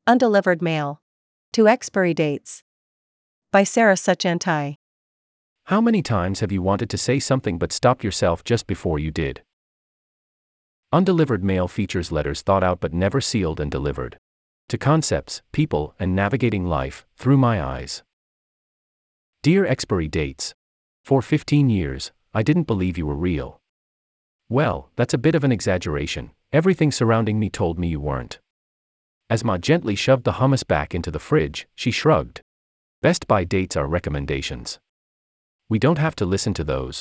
Undelivered mail. To expiry dates. By Sarah Suchantai. How many times have you wanted to say something but stopped yourself just before you did? Undelivered mail features letters thought out but never sealed and delivered. To concepts, people, and navigating life, through my eyes. Dear expiry dates. For 15 years, I didn't believe you were real. Well, that's a bit of an exaggeration. Everything surrounding me told me you weren't. As Ma gently shoved the hummus back into the fridge, she shrugged. Best by dates are recommendations. We don't have to listen to those.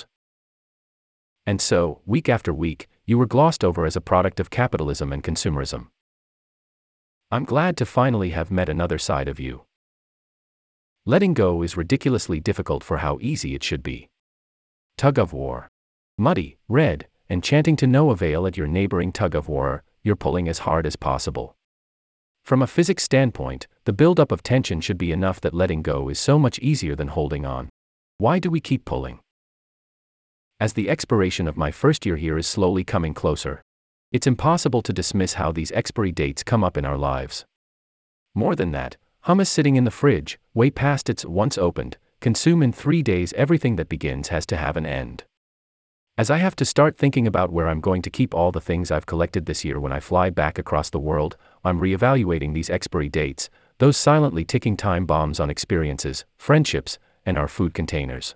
And so, week after week, you were glossed over as a product of capitalism and consumerism. I'm glad to finally have met another side of you. Letting go is ridiculously difficult for how easy it should be. Tug of war. Muddy, red, and chanting to no avail at your neighboring tug of war, you're pulling as hard as possible. From a physics standpoint, the buildup of tension should be enough that letting go is so much easier than holding on. Why do we keep pulling? As the expiration of my first year here is slowly coming closer, it's impossible to dismiss how these expiry dates come up in our lives. More than that, hummus sitting in the fridge, way past its once opened, consume in 3 days. Everything that begins has to have an end. As I have to start thinking about where I'm going to keep all the things I've collected this year when I fly back across the world, I'm reevaluating these expiry dates, those silently ticking time bombs on experiences, friendships, and our food containers.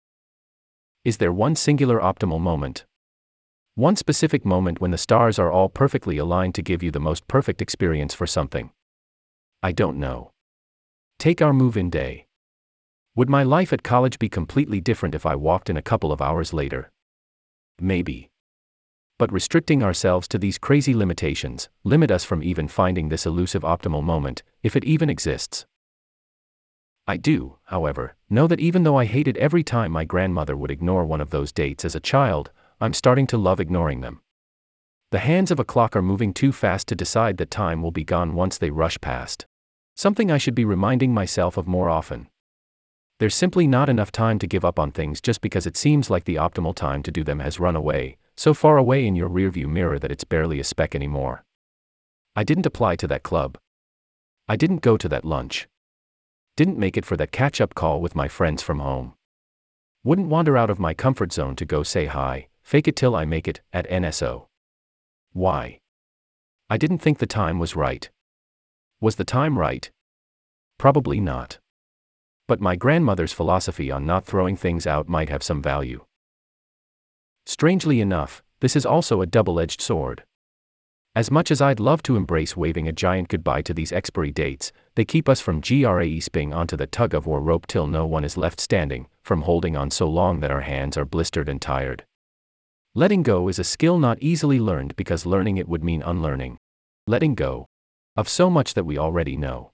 Is there one singular optimal moment? One specific moment when the stars are all perfectly aligned to give you the most perfect experience for something? I don't know. Take our move-in day. Would my life at college be completely different if I walked in a couple of hours later? Maybe. But restricting ourselves to these crazy limitations limit us from even finding this elusive optimal moment, if it even exists. I do, however, know that even though I hated every time my grandmother would ignore one of those dates as a child, I'm starting to love ignoring them. The hands of a clock are moving too fast to decide that time will be gone once they rush past. Something I should be reminding myself of more often. There's simply not enough time to give up on things just because it seems like the optimal time to do them has run away, so far away in your rearview mirror that it's barely a speck anymore. I didn't apply to that club. I didn't go to that lunch. Didn't make it for that catch-up call with my friends from home. Wouldn't wander out of my comfort zone to go say hi, fake it till I make it, at NSO. Why? I didn't think the time was right. Was the time right? Probably not. But my grandmother's philosophy on not throwing things out might have some value. Strangely enough, this is also a double-edged sword. As much as I'd love to embrace waving a giant goodbye to these expiry dates, they keep us from grasping onto the tug-of-war rope till no one is left standing, from holding on so long that our hands are blistered and tired. Letting go is a skill not easily learned because learning it would mean unlearning. Letting go of so much that we already know.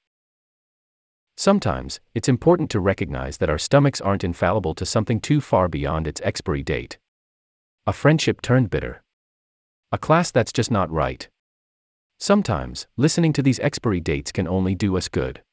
Sometimes, it's important to recognize that our stomachs aren't infallible to something too far beyond its expiry date. A friendship turned bitter. A class that's just not right. Sometimes, listening to these expiry dates can only do us good.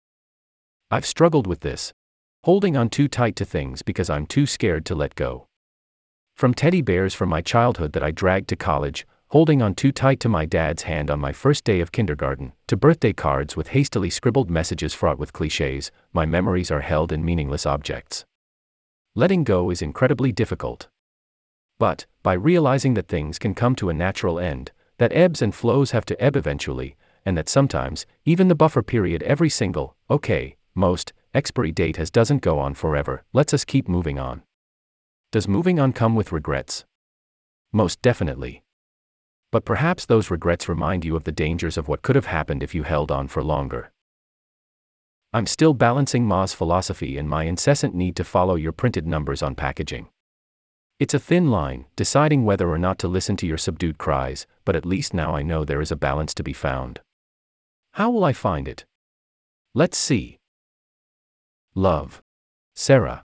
I've struggled with this. Holding on too tight to things because I'm too scared to let go. From teddy bears from my childhood that I dragged to college, holding on too tight to my dad's hand on my first day of kindergarten, to birthday cards with hastily scribbled messages fraught with cliches, my memories are held in meaningless objects. Letting go is incredibly difficult. But, by realizing that things can come to a natural end, that ebbs and flows have to ebb eventually, and that sometimes, even the buffer period every single, most, expiry date doesn't go on forever, lets us keep moving on. Does moving on come with regrets? Most definitely. But perhaps those regrets remind you of the dangers of what could have happened if you held on for longer. I'm still balancing Ma's philosophy and my incessant need to follow your printed numbers on packaging. It's a thin line, deciding whether or not to listen to your subdued cries, but at least now I know there is a balance to be found. How will I find it? Let's see. Love. Sarah.